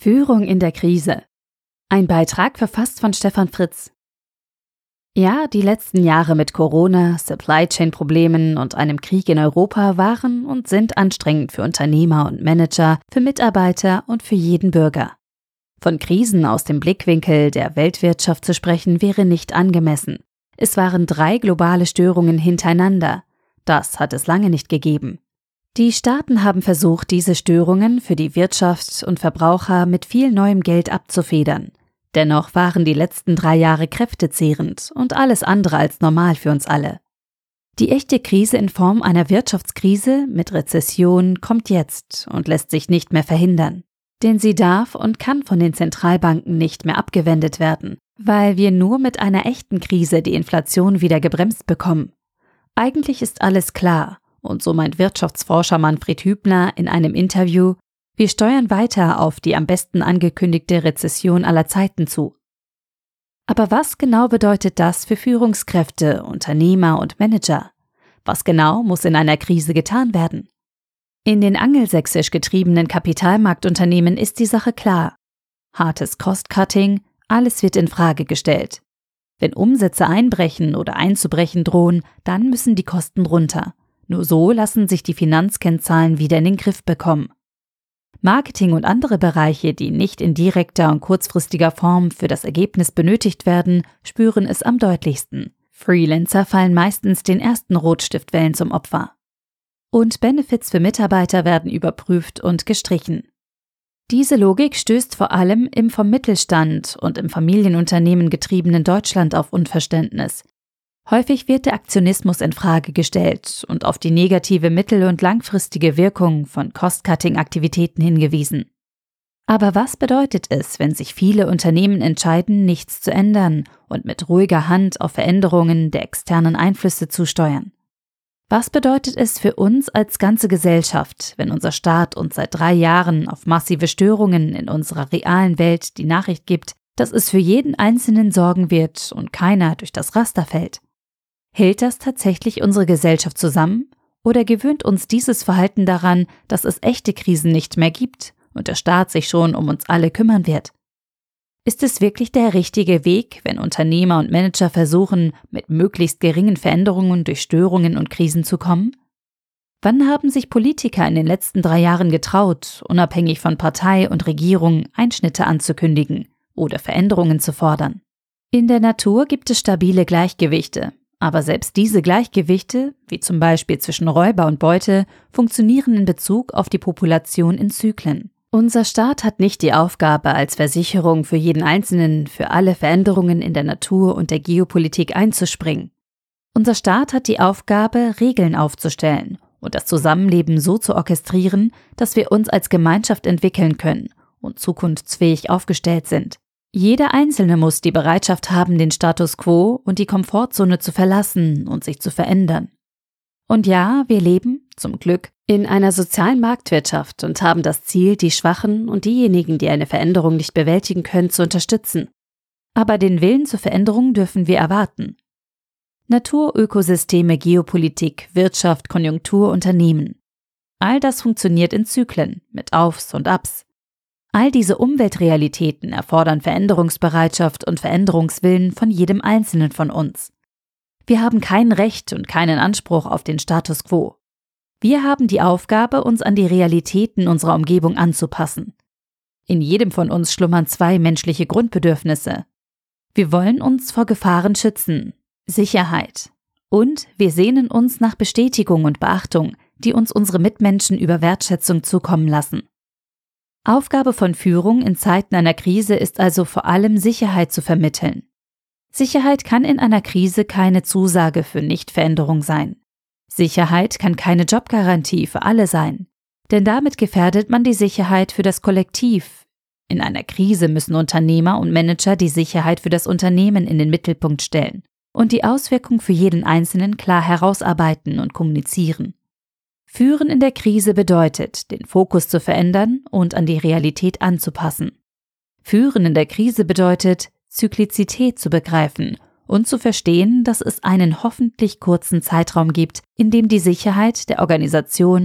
Führung in der Krise. Ein Beitrag verfasst von Stefan Fritz. Ja, die letzten Jahre mit Corona, Supply-Chain-Problemen und einem Krieg in Europa waren und sind anstrengend für Unternehmer und Manager, für Mitarbeiter und für jeden Bürger. Von Krisen aus dem Blickwinkel der Weltwirtschaft zu sprechen, wäre nicht angemessen. Es waren 3 globale Störungen hintereinander. Das hat es lange nicht gegeben. Die Staaten haben versucht, diese Störungen für die Wirtschaft und Verbraucher mit viel neuem Geld abzufedern. Dennoch waren die letzten 3 Jahre kräftezehrend und alles andere als normal für uns alle. Die echte Krise in Form einer Wirtschaftskrise mit Rezession kommt jetzt und lässt sich nicht mehr verhindern. Denn sie darf und kann von den Zentralbanken nicht mehr abgewendet werden, weil wir nur mit einer echten Krise die Inflation wieder gebremst bekommen. Eigentlich ist alles klar. Und so meint Wirtschaftsforscher Manfred Hübner in einem Interview, wir steuern weiter auf die am besten angekündigte Rezession aller Zeiten zu. Aber was genau bedeutet das für Führungskräfte, Unternehmer und Manager? Was genau muss in einer Krise getan werden? In den angelsächsisch getriebenen Kapitalmarktunternehmen ist die Sache klar. Hartes Cost-Cutting, alles wird in Frage gestellt. Wenn Umsätze einbrechen oder einzubrechen drohen, dann müssen die Kosten runter. Nur so lassen sich die Finanzkennzahlen wieder in den Griff bekommen. Marketing und andere Bereiche, die nicht in direkter und kurzfristiger Form für das Ergebnis benötigt werden, spüren es am deutlichsten. Freelancer fallen meistens den ersten Rotstiftwellen zum Opfer. Und Benefits für Mitarbeiter werden überprüft und gestrichen. Diese Logik stößt vor allem im vom Mittelstand und im Familienunternehmen getriebenen Deutschland auf Unverständnis. Häufig wird der Aktionismus in Frage gestellt und auf die negative mittel- und langfristige Wirkung von Cost-Cutting-Aktivitäten hingewiesen. Aber was bedeutet es, wenn sich viele Unternehmen entscheiden, nichts zu ändern und mit ruhiger Hand auf Veränderungen der externen Einflüsse zusteuern? Was bedeutet es für uns als ganze Gesellschaft, wenn unser Staat uns seit 3 Jahren auf massive Störungen in unserer realen Welt die Nachricht gibt, dass es für jeden Einzelnen sorgen wird und keiner durch das Raster fällt? Hält das tatsächlich unsere Gesellschaft zusammen oder gewöhnt uns dieses Verhalten daran, dass es echte Krisen nicht mehr gibt und der Staat sich schon um uns alle kümmern wird? Ist es wirklich der richtige Weg, wenn Unternehmer und Manager versuchen, mit möglichst geringen Veränderungen durch Störungen und Krisen zu kommen? Wann haben sich Politiker in den letzten 3 Jahren getraut, unabhängig von Partei und Regierung Einschnitte anzukündigen oder Veränderungen zu fordern? In der Natur gibt es stabile Gleichgewichte. Aber selbst diese Gleichgewichte, wie zum Beispiel zwischen Räuber und Beute, funktionieren in Bezug auf die Population in Zyklen. Unser Staat hat nicht die Aufgabe, als Versicherung für jeden Einzelnen für alle Veränderungen in der Natur und der Geopolitik einzuspringen. Unser Staat hat die Aufgabe, Regeln aufzustellen und das Zusammenleben so zu orchestrieren, dass wir uns als Gemeinschaft entwickeln können und zukunftsfähig aufgestellt sind. Jeder Einzelne muss die Bereitschaft haben, den Status quo und die Komfortzone zu verlassen und sich zu verändern. Und ja, wir leben, zum Glück, in einer sozialen Marktwirtschaft und haben das Ziel, die Schwachen und diejenigen, die eine Veränderung nicht bewältigen können, zu unterstützen. Aber den Willen zur Veränderung dürfen wir erwarten. Natur, Ökosysteme, Geopolitik, Wirtschaft, Konjunktur, Unternehmen. All das funktioniert in Zyklen, mit Aufs und Abs. All diese Umweltrealitäten erfordern Veränderungsbereitschaft und Veränderungswillen von jedem Einzelnen von uns. Wir haben kein Recht und keinen Anspruch auf den Status quo. Wir haben die Aufgabe, uns an die Realitäten unserer Umgebung anzupassen. In jedem von uns schlummern 2 menschliche Grundbedürfnisse. Wir wollen uns vor Gefahren schützen, Sicherheit. Und wir sehnen uns nach Bestätigung und Beachtung, die uns unsere Mitmenschen über Wertschätzung zukommen lassen. Aufgabe von Führung in Zeiten einer Krise ist also vor allem Sicherheit zu vermitteln. Sicherheit kann in einer Krise keine Zusage für Nichtveränderung sein. Sicherheit kann keine Jobgarantie für alle sein, denn damit gefährdet man die Sicherheit für das Kollektiv. In einer Krise müssen Unternehmer und Manager die Sicherheit für das Unternehmen in den Mittelpunkt stellen und die Auswirkungen für jeden Einzelnen klar herausarbeiten und kommunizieren. Führen in der Krise bedeutet, den Fokus zu verändern und an die Realität anzupassen. Führen in der Krise bedeutet, Zyklizität zu begreifen und zu verstehen, dass es einen hoffentlich kurzen Zeitraum gibt, in dem die Sicherheit der Organisation,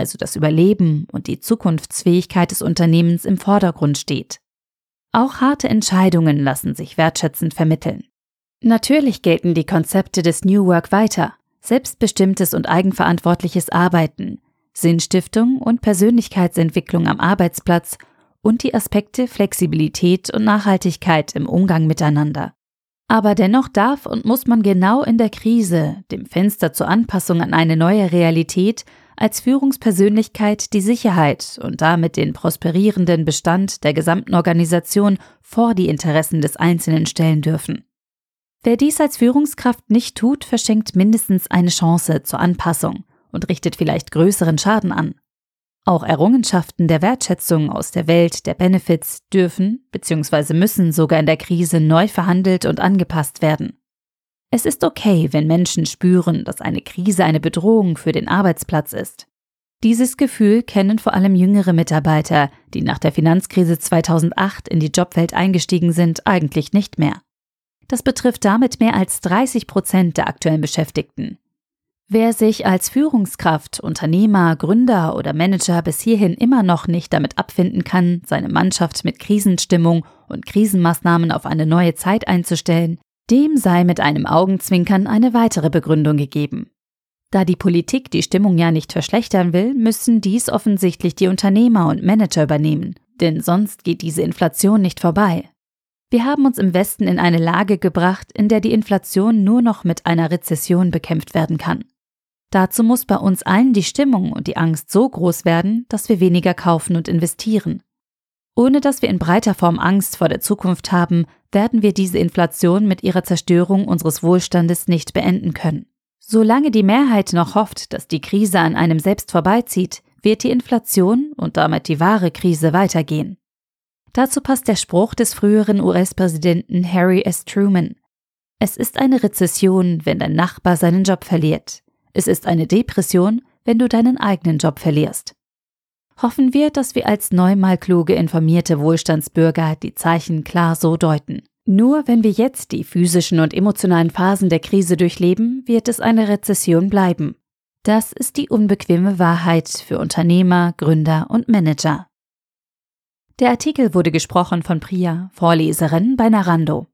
also das Überleben und die Zukunftsfähigkeit des Unternehmens, im Vordergrund steht. Auch harte Entscheidungen lassen sich wertschätzend vermitteln. Natürlich gelten die Konzepte des New Work weiter: selbstbestimmtes und eigenverantwortliches Arbeiten, Sinnstiftung und Persönlichkeitsentwicklung am Arbeitsplatz und die Aspekte Flexibilität und Nachhaltigkeit im Umgang miteinander. Aber dennoch darf und muss man genau in der Krise, dem Fenster zur Anpassung an eine neue Realität, als Führungspersönlichkeit die Sicherheit und damit den prosperierenden Bestand der gesamten Organisation vor die Interessen des Einzelnen stellen dürfen. Wer dies als Führungskraft nicht tut, verschenkt mindestens eine Chance zur Anpassung und richtet vielleicht größeren Schaden an. Auch Errungenschaften der Wertschätzung aus der Welt der Benefits dürfen bzw. müssen sogar in der Krise neu verhandelt und angepasst werden. Es ist okay, wenn Menschen spüren, dass eine Krise eine Bedrohung für den Arbeitsplatz ist. Dieses Gefühl kennen vor allem jüngere Mitarbeiter, die nach der Finanzkrise 2008 in die Jobwelt eingestiegen sind, eigentlich nicht mehr. Das betrifft damit mehr als 30% der aktuellen Beschäftigten. Wer sich als Führungskraft, Unternehmer, Gründer oder Manager bis hierhin immer noch nicht damit abfinden kann, seine Mannschaft mit Krisenstimmung und Krisenmaßnahmen auf eine neue Zeit einzustellen, dem sei mit einem Augenzwinkern eine weitere Begründung gegeben. Da die Politik die Stimmung ja nicht verschlechtern will, müssen dies offensichtlich die Unternehmer und Manager übernehmen, denn sonst geht diese Inflation nicht vorbei. Wir haben uns im Westen in eine Lage gebracht, in der die Inflation nur noch mit einer Rezession bekämpft werden kann. Dazu muss bei uns allen die Stimmung und die Angst so groß werden, dass wir weniger kaufen und investieren. Ohne dass wir in breiter Form Angst vor der Zukunft haben, werden wir diese Inflation mit ihrer Zerstörung unseres Wohlstandes nicht beenden können. Solange die Mehrheit noch hofft, dass die Krise an einem selbst vorbeizieht, wird die Inflation und damit die wahre Krise weitergehen. Dazu passt der Spruch des früheren US-Präsidenten Harry S. Truman: Es ist eine Rezession, wenn dein Nachbar seinen Job verliert. Es ist eine Depression, wenn du deinen eigenen Job verlierst. Hoffen wir, dass wir als neunmal kluge, informierte Wohlstandsbürger die Zeichen klar so deuten. Nur wenn wir jetzt die physischen und emotionalen Phasen der Krise durchleben, wird es eine Rezession bleiben. Das ist die unbequeme Wahrheit für Unternehmer, Gründer und Manager. Der Artikel wurde gesprochen von Priya, Vorleserin bei Narando.